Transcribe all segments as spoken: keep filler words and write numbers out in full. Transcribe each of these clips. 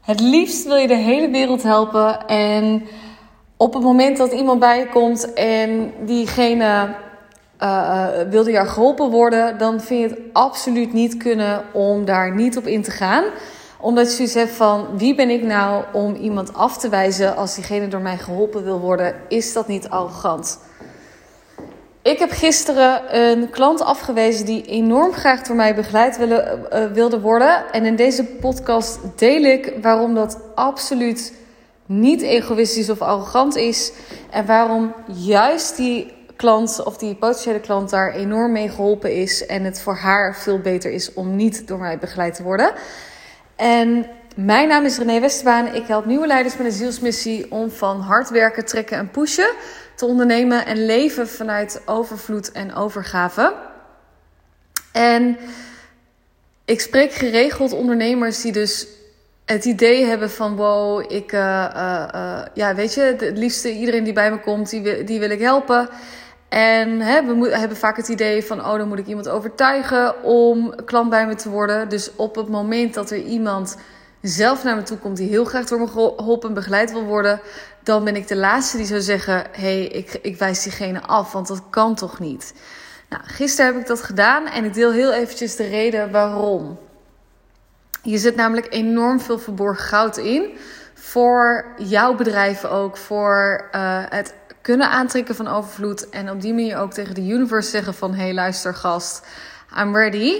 Het liefst wil je de hele wereld helpen. En op het moment dat iemand bij je komt en diegene uh, wilde jou geholpen worden, dan vind je het absoluut niet kunnen om daar niet op in te gaan. Omdat je zoiets hebt van, wie ben ik nou om iemand af te wijzen als diegene door mij geholpen wil worden? Is dat niet arrogant? Ik heb gisteren een klant afgewezen die enorm graag door mij begeleid wilde, uh, wilde worden. En in deze podcast deel ik waarom dat absoluut niet egoïstisch of arrogant is. En waarom juist die klant of die potentiële klant daar enorm mee geholpen is. En het voor haar veel beter is om niet door mij begeleid te worden. En mijn naam is René Westerbaan. Ik help nieuwe leiders met een zielsmissie om van hard werken, trekken en pushen te ondernemen en leven vanuit overvloed en overgave. En ik spreek geregeld ondernemers die dus het idee hebben van wow, ik, uh, uh, uh, ja, weet je, het liefste iedereen die bij me komt, die, die wil ik helpen. En hè, we mo- hebben vaak het idee van, oh, dan moet ik iemand overtuigen om klant bij me te worden. Dus op het moment dat er iemand zelf naar me toe komt die heel graag door me geholpen en begeleid wil worden, dan ben ik de laatste die zou zeggen, hé, hey, ik, ik wijs diegene af, want dat kan toch niet? Nou, gisteren heb ik dat gedaan en ik deel heel eventjes de reden waarom. Je zit namelijk enorm veel verborgen goud in, voor jouw bedrijf ook, voor uh, het kunnen aantrekken van overvloed en op die manier ook tegen de universe zeggen van, hé, hey, luister gast, I'm ready.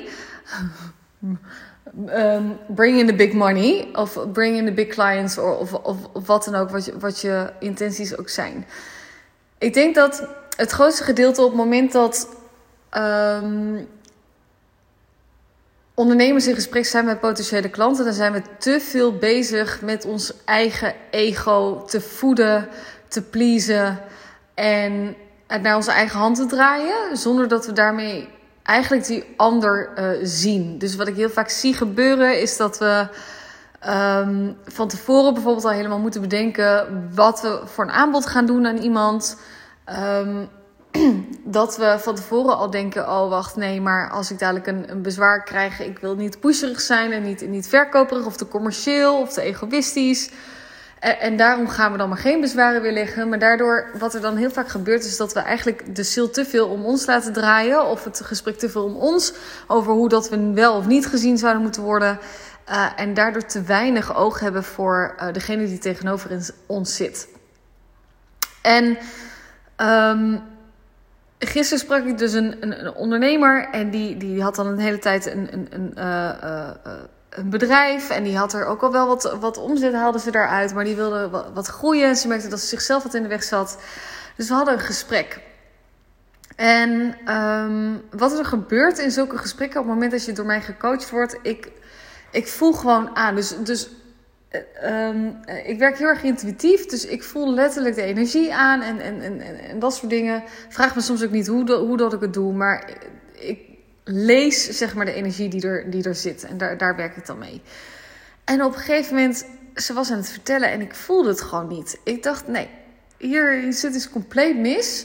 Um, bring in the big money of bring in the big clients of, of, of, of wat dan ook, wat je, wat je intenties ook zijn. Ik denk dat het grootste gedeelte op het moment dat um, ondernemers in gesprek zijn met potentiële klanten, dan zijn we te veel bezig met ons eigen ego te voeden, te pleasen en het naar onze eigen hand te draaien, zonder dat we daarmee eigenlijk die ander uh, zien. Dus wat ik heel vaak zie gebeuren is dat we um, van tevoren bijvoorbeeld al helemaal moeten bedenken wat we voor een aanbod gaan doen aan iemand. Um, dat we van tevoren al denken, oh wacht, nee, maar als ik dadelijk een, een bezwaar krijg, ik wil niet pusherig zijn en niet, niet verkoperig of te commercieel of te egoïstisch. En, en daarom gaan we dan maar geen bezwaren weer leggen. Maar daardoor, wat er dan heel vaak gebeurt, is dat we eigenlijk de ziel te veel om ons laten draaien. Of het gesprek te veel om ons. Over hoe dat we wel of niet gezien zouden moeten worden. Uh, en daardoor te weinig oog hebben voor uh, degene die tegenover ons zit. En um, gisteren sprak ik dus een, een, een ondernemer. En die, die had dan een hele tijd een... een, een uh, uh, uh, een bedrijf en die had er ook al wel wat, wat omzet, haalden ze daaruit, maar die wilde wat, wat groeien. Ze merkte dat ze zichzelf wat in de weg zat. Dus we hadden een gesprek. En um, wat er gebeurt in zulke gesprekken op het moment dat je door mij gecoacht wordt, ik, ik voel gewoon aan. Dus, dus um, ik werk heel erg intuïtief, dus ik voel letterlijk de energie aan en, en, en, en dat soort dingen. Vraag me soms ook niet hoe, hoe dat ik het doe, maar ik lees zeg maar de energie die er, die er zit. En daar, daar werk ik dan mee. En op een gegeven moment, ze was aan het vertellen en ik voelde het gewoon niet. Ik dacht, nee, hier zit iets compleet mis.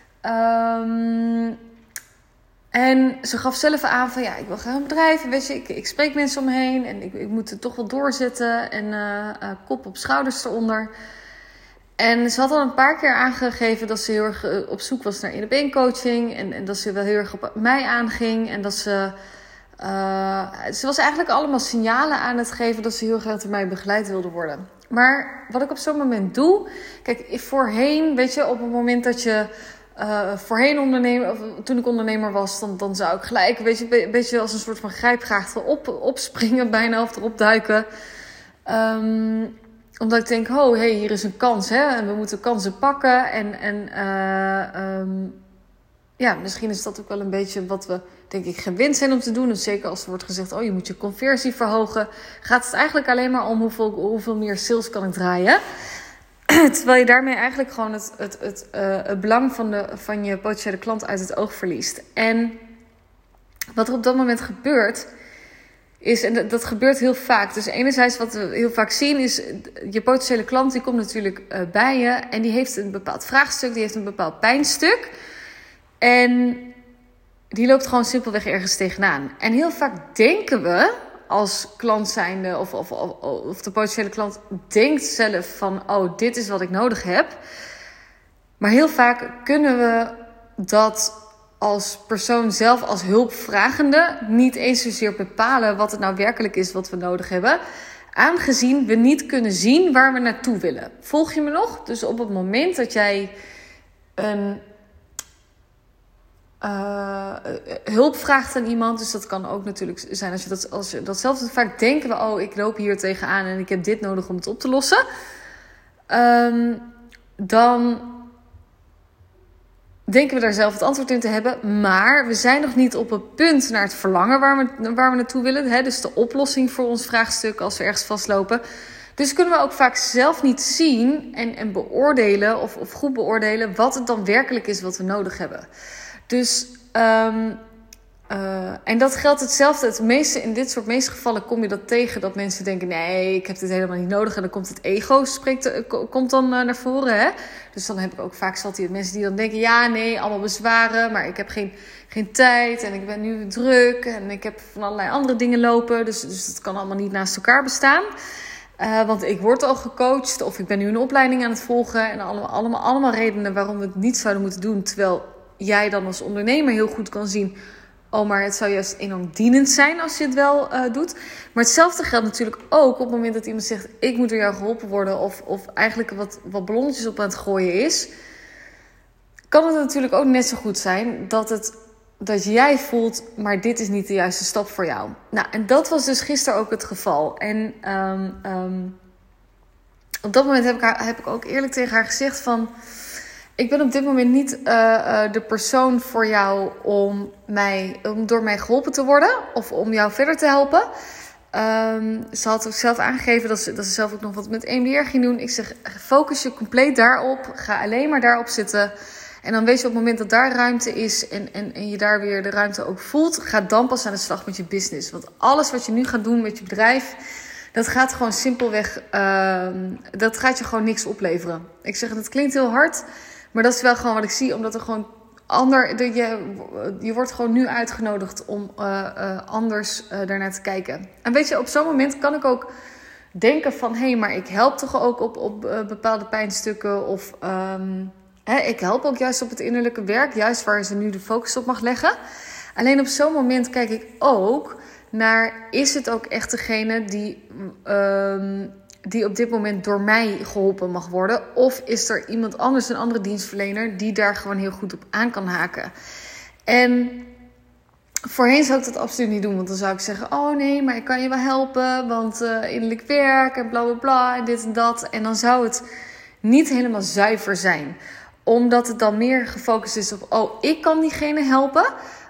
Um, en ze gaf zelf aan van, ja, ik wil graag een bedrijf. Weet je, ik, ik spreek mensen om me heen en ik, ik moet het toch wel doorzetten. En uh, uh, kop op schouders eronder. En ze had al een paar keer aangegeven dat ze heel erg op zoek was naar één op één coaching. En, en dat ze wel heel erg op mij aanging. En dat ze... Uh, ze was eigenlijk allemaal signalen aan het geven dat ze heel graag door mij begeleid wilde worden. Maar wat ik op zo'n moment doe... Kijk, voorheen, weet je, op het moment dat je... Uh, voorheen ondernemer, of toen ik ondernemer was, dan, dan zou ik gelijk, weet je, een beetje als een soort van grijpgraagte op, opspringen bijna of erop duiken. Um, Omdat ik denk, oh, hey, hier is een kans, hè? En we moeten kansen pakken. En, en uh, um, ja, misschien is dat ook wel een beetje wat we, denk ik, gewend zijn om te doen. Dus zeker als er wordt gezegd, oh, je moet je conversie verhogen. Gaat het eigenlijk alleen maar om hoeveel, hoeveel meer sales kan ik draaien. Terwijl je daarmee eigenlijk gewoon het, het, het, uh, het belang van, de, van je potentiële klant uit het oog verliest. En wat er op dat moment gebeurt... is, en dat gebeurt heel vaak. Dus enerzijds wat we heel vaak zien is, je potentiële klant die komt natuurlijk uh, bij je en die heeft een bepaald vraagstuk, die heeft een bepaald pijnstuk en die loopt gewoon simpelweg ergens tegenaan. En heel vaak denken we als klant zijnde of, of, of, of de potentiële klant denkt zelf van, oh, dit is wat ik nodig heb. Maar heel vaak kunnen we dat als persoon zelf, als hulpvragende, niet eens zozeer bepalen wat het nou werkelijk is wat we nodig hebben. Aangezien we niet kunnen zien waar we naartoe willen. Volg je me nog? Dus op het moment dat jij een uh, hulp vraagt aan iemand. Dus dat kan ook natuurlijk zijn als je dat, als je dat zelf doet. Vaak denken we, oh, ik loop hier tegenaan en ik heb dit nodig om het op te lossen. Um, dan denken we daar zelf het antwoord in te hebben. Maar we zijn nog niet op het punt naar het verlangen waar we, waar we naartoe willen. Hè? Dus de oplossing voor ons vraagstuk als we ergens vastlopen. Dus kunnen we ook vaak zelf niet zien en, en beoordelen of, of goed beoordelen wat het dan werkelijk is wat we nodig hebben. Dus, um, uh, en dat geldt hetzelfde. Het meeste, in dit soort meeste gevallen kom je dat tegen dat mensen denken, nee, ik heb dit helemaal niet nodig. En dan komt het ego, spreekt, komt dan uh, naar voren. Hè? Dus dan heb ik ook vaak zat die mensen die dan denken, ja, nee, allemaal bezwaren, maar ik heb geen, geen tijd en ik ben nu druk en ik heb van allerlei andere dingen lopen. Dus, dus dat kan allemaal niet naast elkaar bestaan. Uh, want ik word al gecoacht of ik ben nu een opleiding aan het volgen. En allemaal, allemaal, allemaal redenen waarom we het niet zouden moeten doen. Terwijl jij dan als ondernemer heel goed kan zien, oh, maar het zou juist enorm dienend zijn als je het wel uh, doet. Maar hetzelfde geldt natuurlijk ook op het moment dat iemand zegt, ik moet door jou geholpen worden. Of, of eigenlijk wat, wat ballonnetjes op aan het gooien is. Kan het natuurlijk ook net zo goed zijn dat het... dat jij voelt, maar dit is niet de juiste stap voor jou. Nou, en dat was dus gisteren ook het geval. En um, um, op dat moment heb ik, haar, heb ik ook eerlijk tegen haar gezegd van, ik ben op dit moment niet uh, uh, de persoon voor jou om, mij, om door mij geholpen te worden. Of om jou verder te helpen. Um, ze had ook zelf aangegeven dat ze, dat ze zelf ook nog wat met E M D R ging doen. Ik zeg, focus je compleet daarop. Ga alleen maar daarop zitten. En dan weet je op het moment dat daar ruimte is en, en, en je daar weer de ruimte ook voelt, ga dan pas aan de slag met je business. Want alles wat je nu gaat doen met je bedrijf, dat gaat gewoon simpelweg, uh, dat gaat je gewoon niks opleveren. Ik zeg, het klinkt heel hard, maar dat is wel gewoon wat ik zie, omdat er gewoon ander, de, je, je wordt gewoon nu uitgenodigd om uh, uh, anders uh, daarnaar te kijken. En weet je, op zo'n moment kan ik ook denken van, hé, hey, maar ik help toch ook op, op uh, bepaalde pijnstukken of... Um, He, ik help ook juist op het innerlijke werk, juist waar ze nu de focus op mag leggen. Alleen op zo'n moment kijk ik ook naar, is het ook echt degene die, um, die op dit moment door mij geholpen mag worden? Of is er iemand anders, een andere dienstverlener, die daar gewoon heel goed op aan kan haken? En voorheen zou ik dat absoluut niet doen, want dan zou ik zeggen, oh nee, maar ik kan je wel helpen, want uh, innerlijk werk en bla bla bla en dit en dat. En dan zou het niet helemaal zuiver zijn, omdat het dan meer gefocust is op, oh, ik kan diegene helpen.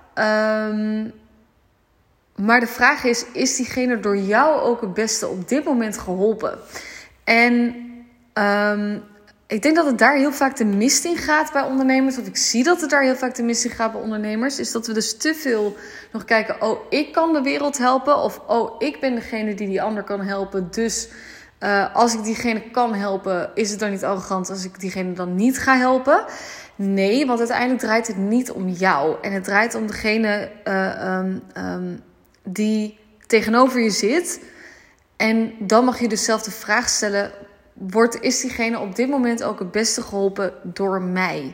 Um, maar de vraag is, is diegene door jou ook het beste op dit moment geholpen? En um, ik denk dat het daar heel vaak de mist in gaat bij ondernemers. Of ik zie dat het daar heel vaak de mist in gaat bij ondernemers. Is dat we dus te veel nog kijken, oh, ik kan de wereld helpen. Of, oh, ik ben degene die die ander kan helpen. Dus Uh, als ik diegene kan helpen, is het dan niet arrogant als ik diegene dan niet ga helpen? Nee, want uiteindelijk draait het niet om jou. En het draait om degene uh, um, um, die tegenover je zit. En dan mag je dus zelf de vraag stellen, wordt, is diegene op dit moment ook het beste geholpen door mij?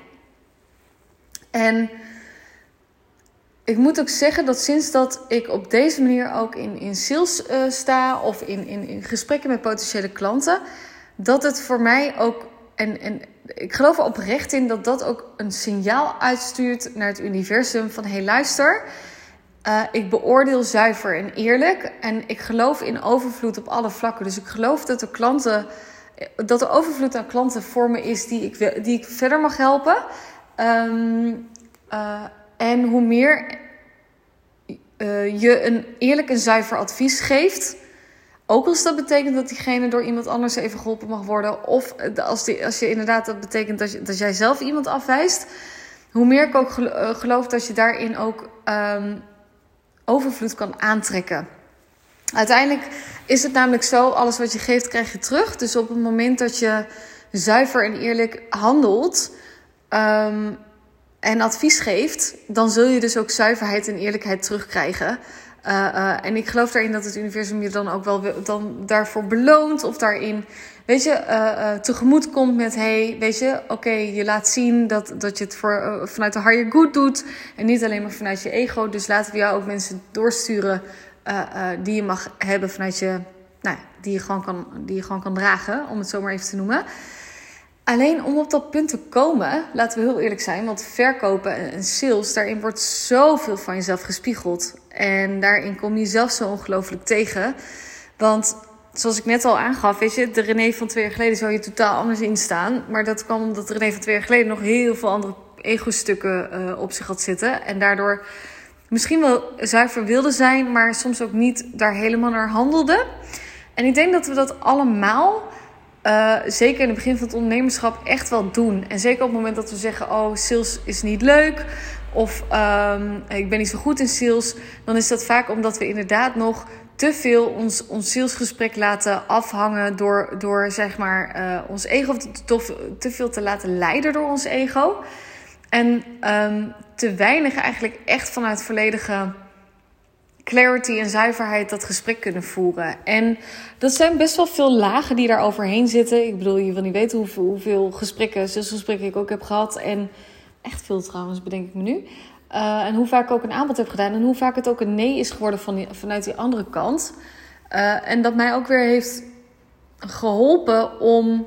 En ik moet ook zeggen dat sinds dat ik op deze manier ook in, in sales uh, sta of in, in, in gesprekken met potentiële klanten, dat het voor mij ook, en, en ik geloof er oprecht in, dat dat ook een signaal uitstuurt naar het universum van, hé, hey, luister, uh, ik beoordeel zuiver en eerlijk en ik geloof in overvloed op alle vlakken. Dus ik geloof dat de klanten, dat er overvloed aan klanten voor me is die ik, die ik verder mag helpen. Um, uh, En hoe meer uh, je een eerlijk en zuiver advies geeft, ook als dat betekent dat diegene door iemand anders even geholpen mag worden, of als, die, als je inderdaad dat betekent dat, je, dat jij zelf iemand afwijst, hoe meer ik ook geloof dat je daarin ook um, overvloed kan aantrekken. Uiteindelijk is het namelijk zo, alles wat je geeft krijg je terug. Dus op het moment dat je zuiver en eerlijk handelt, Um, en advies geeft, dan zul je dus ook zuiverheid en eerlijkheid terugkrijgen. Uh, uh, en ik geloof daarin dat het universum je dan ook wel dan daarvoor beloont. Of daarin, weet je, uh, uh, tegemoet komt met... hey, weet je, oké, okay, je laat zien dat, dat je het voor, uh, vanuit de higher good doet. En niet alleen maar vanuit je ego. Dus laten we jou ook mensen doorsturen uh, uh, die je mag hebben vanuit je... Nou, die je, gewoon kan, die je gewoon kan dragen, om het zo maar even te noemen. Alleen om op dat punt te komen, laten we heel eerlijk zijn... want verkopen en sales, daarin wordt zoveel van jezelf gespiegeld. En daarin kom je jezelf zo ongelooflijk tegen. Want zoals ik net al aangaf, weet je... de René van twee jaar geleden zou je totaal anders in staan. Maar dat kwam omdat René van twee jaar geleden... nog heel veel andere ego-stukken uh, op zich had zitten. En daardoor misschien wel zuiver wilde zijn... maar soms ook niet daar helemaal naar handelde. En ik denk dat we dat allemaal... Uh, zeker in het begin van het ondernemerschap echt wel doen. En zeker op het moment dat we zeggen... oh, sales is niet leuk... of um, ik ben niet zo goed in sales... dan is dat vaak omdat we inderdaad nog te veel ons, ons salesgesprek laten afhangen... door, door zeg maar uh, ons ego... of te, te veel te laten leiden door ons ego. En um, te weinig eigenlijk echt vanuit volledige... clarity en zuiverheid dat gesprek kunnen voeren. En dat zijn best wel veel lagen die daar overheen zitten. Ik bedoel, je wil niet weten hoeveel, hoeveel gesprekken, salesgesprekken ik ook heb gehad. En echt veel trouwens, bedenk ik me nu. Uh, en hoe vaak ik ook een aanbod heb gedaan. En hoe vaak het ook een nee is geworden van die, vanuit die andere kant. Uh, en dat mij ook weer heeft geholpen om...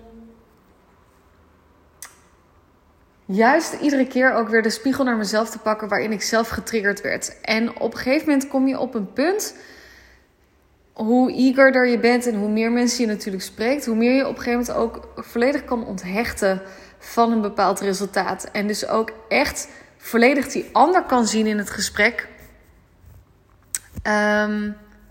juist iedere keer ook weer de spiegel naar mezelf te pakken... waarin ik zelf getriggerd werd. En op een gegeven moment kom je op een punt... hoe eagerder je bent en hoe meer mensen je natuurlijk spreekt... hoe meer je op een gegeven moment ook volledig kan onthechten... van een bepaald resultaat. En dus ook echt volledig die ander kan zien in het gesprek. Um,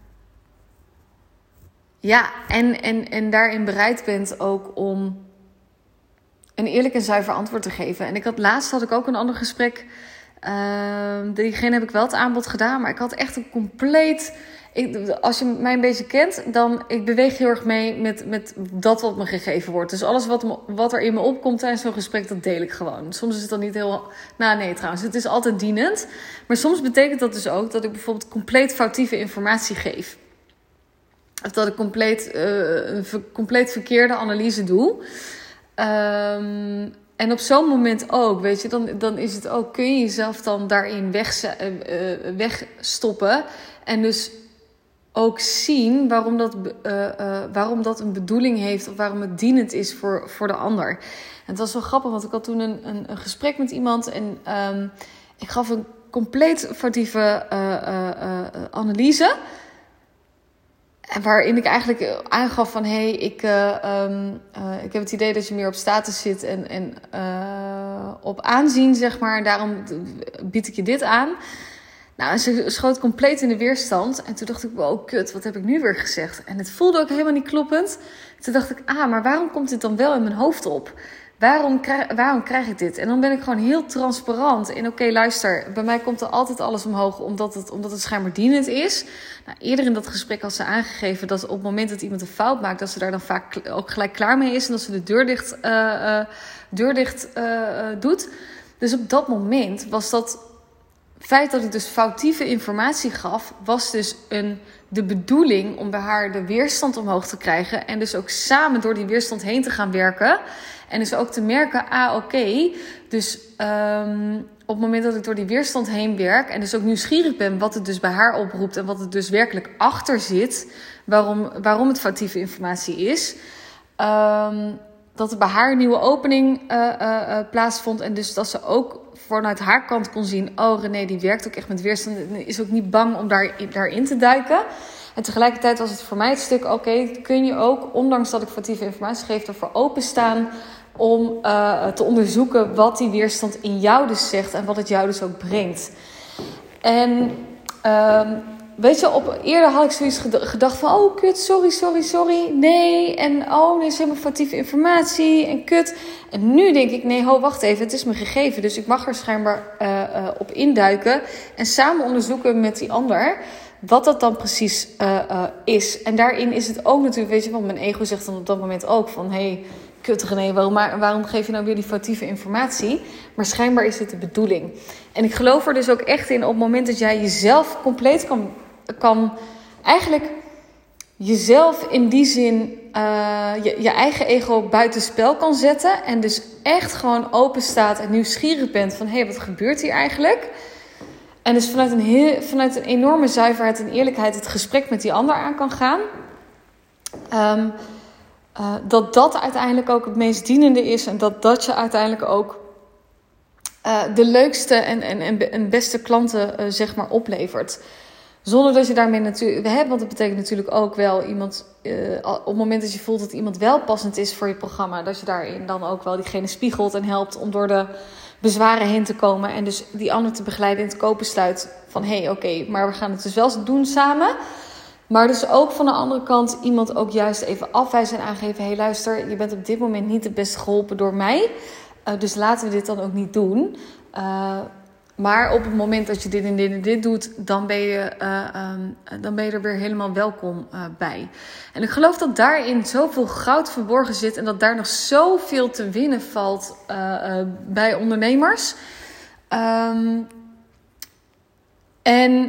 ja, en, en, en daarin bereid bent ook om... een eerlijk en zuiver antwoord te geven. En ik had laatst had ik ook een ander gesprek. Uh, diegene heb ik wel het aanbod gedaan. Maar ik had echt een compleet... Ik, als je mij een beetje kent, dan... ik beweeg heel erg mee met, met dat wat me gegeven wordt. Dus alles wat, me, wat er in me opkomt tijdens zo'n gesprek, dat deel ik gewoon. Soms is het dan niet heel... Nou nee, trouwens, het is altijd dienend. Maar soms betekent dat dus ook dat ik bijvoorbeeld compleet foutieve informatie geef. Of dat ik compleet, uh, een ver, compleet verkeerde analyse doe... Um, en op zo'n moment ook, weet je, dan, dan is het ook, kun je jezelf dan daarin weg, uh, uh, wegstoppen. En dus ook zien waarom dat, uh, uh, waarom dat een bedoeling heeft of waarom het dienend is voor, voor de ander. En het was wel grappig, want ik had toen een, een, een gesprek met iemand en um, ik gaf een compleet foutieve uh, uh, uh, analyse. En waarin ik eigenlijk aangaf van... hé, hey, ik, uh, um, uh, ik heb het idee dat je meer op status zit... en, en uh, op aanzien, zeg maar. Daarom bied ik je dit aan. Nou, en ze schoot compleet in de weerstand. En toen dacht ik, wow, kut, wat heb ik nu weer gezegd? En het voelde ook helemaal niet kloppend. Toen dacht ik, ah, maar waarom komt dit dan wel in mijn hoofd op? Waarom krijg, waarom krijg ik dit? En dan ben ik gewoon heel transparant. En oké, okay, luister, bij mij komt er altijd alles omhoog... omdat het, omdat het schijnbaar dienend is. Nou, eerder in dat gesprek had ze aangegeven... dat op het moment dat iemand een fout maakt... dat ze daar dan vaak ook gelijk klaar mee is... en dat ze de deur dicht, uh, uh, deur dicht uh, doet. Dus op dat moment was dat... feit dat ik dus foutieve informatie gaf... was dus een, de bedoeling om bij haar de weerstand omhoog te krijgen... en dus ook samen door die weerstand heen te gaan werken... En dus ook te merken, ah oké, okay, dus um, op het moment dat ik door die weerstand heen werk... en dus ook nieuwsgierig ben wat het dus bij haar oproept... en wat het dus werkelijk achter zit, waarom, waarom het foutieve informatie is... Um, dat er bij haar een nieuwe opening uh, uh, uh, plaatsvond... en dus dat ze ook vanuit haar kant kon zien... oh René, die werkt ook echt met weerstand... en is ook niet bang om daar, daarin te duiken... En tegelijkertijd was het voor mij het stuk... oké, okay, kun je ook, ondanks dat ik foutieve informatie geef... ervoor openstaan om uh, te onderzoeken... wat die weerstand in jou dus zegt... en wat het jou dus ook brengt. En uh, weet je, op, eerder had ik zoiets gedacht van... oh, kut, sorry, sorry, sorry, nee. En oh, nee, is helemaal foutieve informatie en kut. En nu denk ik, nee, ho, wacht even, het is me gegeven. Dus ik mag er schijnbaar uh, uh, op induiken... en samen onderzoeken met die ander... wat dat dan precies uh, uh, is. En daarin is het ook natuurlijk, weet je, want mijn ego zegt dan op dat moment ook van... hé, hey, kut René, waarom, waarom geef je nou weer die foutieve informatie? Maar schijnbaar is het de bedoeling. En ik geloof er dus ook echt in op het moment dat jij jezelf compleet kan kan eigenlijk jezelf in die zin, uh, je, je eigen ego buitenspel kan zetten. En dus echt gewoon open staat en nieuwsgierig bent van, hé, hey, wat gebeurt hier eigenlijk? En dus vanuit een, heel, vanuit een enorme zuiverheid en eerlijkheid het gesprek met die ander aan kan gaan. Um, uh, dat dat uiteindelijk ook het meest dienende is. En dat dat je uiteindelijk ook uh, de leukste en, en, en, en beste klanten uh, zeg maar oplevert. Zonder dat je daarmee natuurlijk... Hè, want dat betekent natuurlijk ook wel iemand... Uh, op het moment dat je voelt dat iemand wel passend is voor je programma... dat je daarin dan ook wel diegene spiegelt en helpt om door de bezwaren heen te komen. En dus die ander te begeleiden in het koopbesluit van... hé, hey, oké, okay, maar we gaan het dus wel doen samen. Maar dus ook van de andere kant iemand ook juist even afwijzen en aangeven... hé, hey, luister, je bent op dit moment niet het beste geholpen door mij. Uh, dus laten we dit dan ook niet doen... Uh, Maar op het moment dat je dit en dit en dit doet, dan ben je, uh, um, dan ben je er weer helemaal welkom uh, bij. En ik geloof dat daarin zoveel goud verborgen zit en dat daar nog zoveel te winnen valt uh, uh, bij ondernemers. Um, en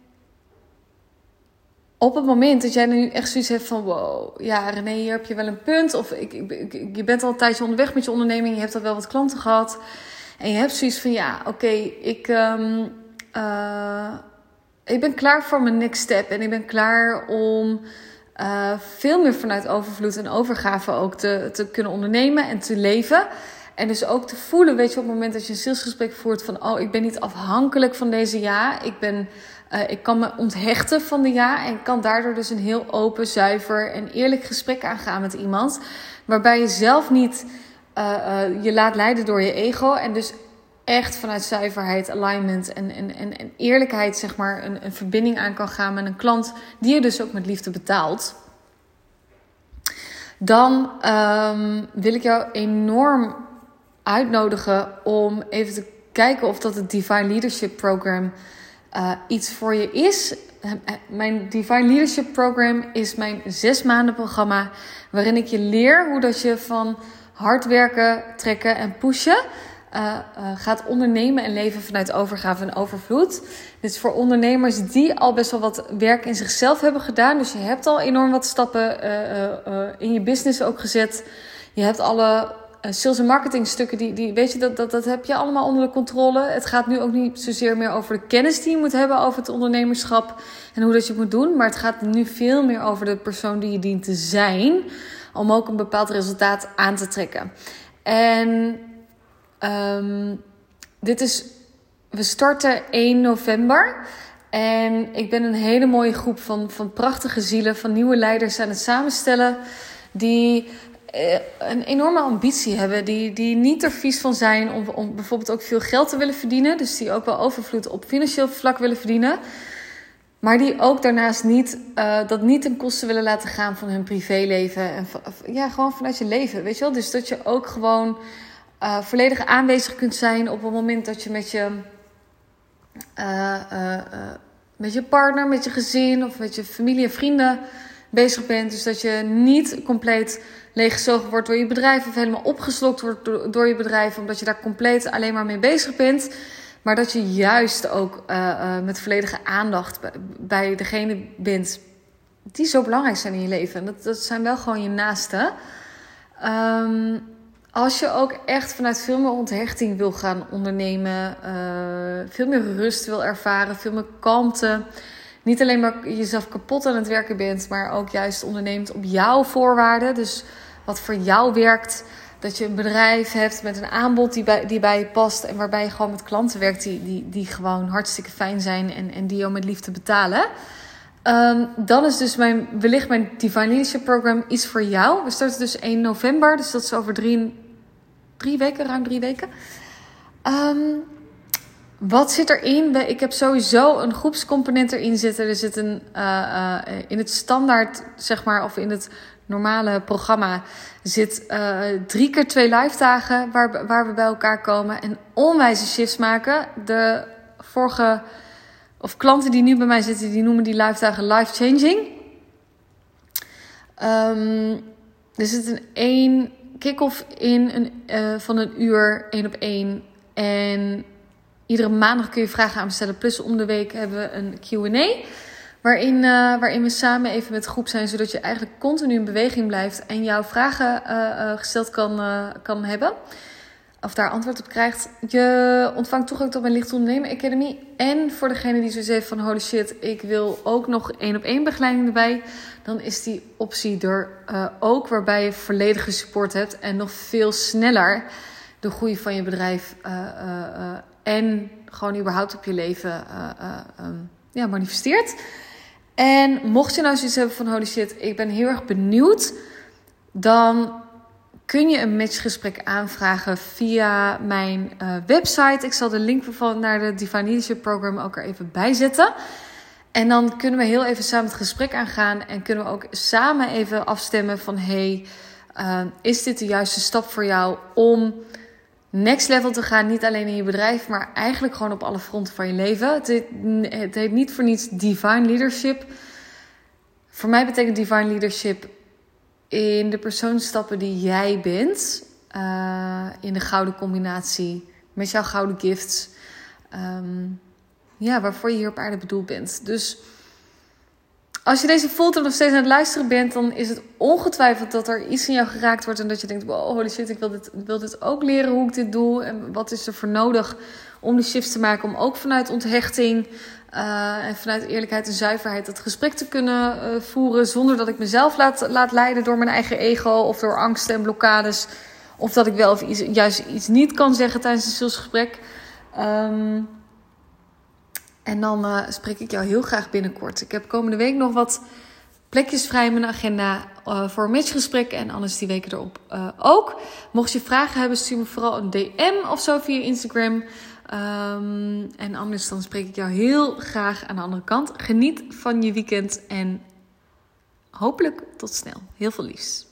op het moment dat jij nu echt zoiets hebt van... wow, ja René, hier heb je wel een punt. Of ik, ik, ik, je bent al een tijdje onderweg met je onderneming. Je hebt al wel wat klanten gehad. En je hebt zoiets van, ja, oké, okay, ik, um, uh, ik ben klaar voor mijn next step. En ik ben klaar om uh, veel meer vanuit overvloed en overgave ook te, te kunnen ondernemen en te leven. En dus ook te voelen, weet je, op het moment dat je een salesgesprek voert van... oh, ik ben niet afhankelijk van deze ja. Ik, ben, uh, ik kan me onthechten van de ja. En ik kan daardoor dus een heel open, zuiver en eerlijk gesprek aangaan met iemand. Waarbij je zelf niet... Uh, uh, je laat leiden door je ego. En dus echt vanuit zuiverheid, alignment en, en, en, en eerlijkheid... zeg maar een, een verbinding aan kan gaan met een klant... die je dus ook met liefde betaalt. Dan um, wil ik jou enorm uitnodigen om even te kijken... of dat het Divine Leadership Program uh, iets voor je is. Mijn Divine Leadership Program is mijn zes maanden programma... waarin ik je leer hoe dat je van... hard werken, trekken en pushen. Uh, uh, gaat ondernemen en leven vanuit overgave en overvloed. Dit is voor ondernemers die al best wel wat werk in zichzelf hebben gedaan. Dus je hebt al enorm wat stappen uh, uh, uh, in je business ook gezet. Je hebt alle uh, sales en marketing stukken. Die, die, weet je, dat, dat, dat heb je allemaal onder de controle. Het gaat nu ook niet zozeer meer over de kennis die je moet hebben over het ondernemerschap. En hoe dat je het moet doen. Maar het gaat nu veel meer over de persoon die je dient te zijn... om ook een bepaald resultaat aan te trekken. En um, dit is... We starten één november. En ik ben een hele mooie groep van, van prachtige zielen... van nieuwe leiders aan het samenstellen... die uh, een enorme ambitie hebben... die, die niet er vies van zijn om, om bijvoorbeeld ook veel geld te willen verdienen. Dus die ook wel overvloed op financieel vlak willen verdienen... Maar die ook daarnaast niet, uh, dat niet ten koste willen laten gaan van hun privéleven. En van, ja, gewoon vanuit je leven, weet je wel. Dus dat je ook gewoon uh, volledig aanwezig kunt zijn op het moment dat je met je, uh, uh, uh, met je partner, met je gezin of met je familie en vrienden bezig bent. Dus dat je niet compleet leeggezogen wordt door je bedrijf of helemaal opgeslokt wordt door, door je bedrijf. Omdat je daar compleet alleen maar mee bezig bent. Maar dat je juist ook uh, uh, met volledige aandacht bij, bij degene bent die zo belangrijk zijn in je leven. En dat, dat zijn wel gewoon je naasten. Um, als je ook echt vanuit veel meer onthechting wil gaan ondernemen. Uh, veel meer rust wil ervaren. Veel meer kalmte. Niet alleen maar jezelf kapot aan het werken bent. Maar ook juist onderneemt op jouw voorwaarden. Dus wat voor jou werkt. Dat je een bedrijf hebt met een aanbod die bij, die bij je past. En waarbij je gewoon met klanten werkt die, die, die gewoon hartstikke fijn zijn. En, en die jou met liefde betalen. Um, dan is dus mijn, wellicht mijn Divine Leadership Program iets voor jou. We starten dus één november. Dus dat is over drie, drie weken, ruim drie weken. Um, wat zit erin? Ik heb sowieso een groepscomponent erin zitten. Er zit een, uh, uh, in het standaard, zeg maar, of in het normale programma zit uh, drie keer twee live dagen waar, waar we bij elkaar komen en onwijze shifts maken. De vorige, of klanten die nu bij mij zitten, die noemen die live dagen life changing. Um, er zit een één kick-off in een, uh, van een uur, één op één. En iedere maandag kun je vragen aan me stellen. Plus om de week hebben we een Q en A. Waarin, uh, waarin we samen even met de groep zijn, zodat je eigenlijk continu in beweging blijft en jouw vragen uh, uh, gesteld kan, uh, kan hebben. Of daar antwoord op krijgt. Je ontvangt toegang tot mijn Licht Ondernemen Academy. En voor degene die zoiets heeft van holy shit, ik wil ook nog één op één begeleiding erbij. Dan is die optie er uh, ook, waarbij je volledige support hebt en nog veel sneller de groei van je bedrijf uh, uh, uh, en gewoon überhaupt op je leven uh, uh, um, ja, manifesteert. En mocht je nou zoiets hebben van holy shit, ik ben heel erg benieuwd, dan kun je een matchgesprek aanvragen via mijn uh, website. Ik zal de link van naar de Divine Leadership Program ook er even bij zetten. En dan kunnen we heel even samen het gesprek aangaan en kunnen we ook samen even afstemmen van hey, uh, is dit de juiste stap voor jou om next level te gaan? Niet alleen in je bedrijf, maar eigenlijk gewoon op alle fronten van je leven. Het heet, het heet niet voor niets Divine Leadership. Voor mij betekent Divine Leadership in de persoon stappen die jij bent. Uh, in de gouden combinatie met jouw gouden gifts. Um, ja, waarvoor je hier op aarde bedoeld bent. Dus als je deze voelt en nog steeds aan het luisteren bent, dan is het ongetwijfeld dat er iets in jou geraakt wordt en dat je denkt, wow, holy shit, ik wil dit, ik wil dit ook leren hoe ik dit doe. En wat is er voor nodig om die shifts te maken, om ook vanuit onthechting uh, en vanuit eerlijkheid en zuiverheid het gesprek te kunnen uh, voeren, zonder dat ik mezelf laat, laat leiden door mijn eigen ego of door angsten en blokkades. Of dat ik wel of iets, juist iets niet kan zeggen tijdens een salesgesprek. Um, En dan uh, spreek ik jou heel graag binnenkort. Ik heb komende week nog wat plekjes vrij in mijn agenda uh, voor een matchgesprek. En anders die weken erop uh, ook. Mocht je vragen hebben, stuur me vooral een D M of zo via Instagram. Um, en anders dan spreek ik jou heel graag aan de andere kant. Geniet van je weekend en hopelijk tot snel. Heel veel liefs.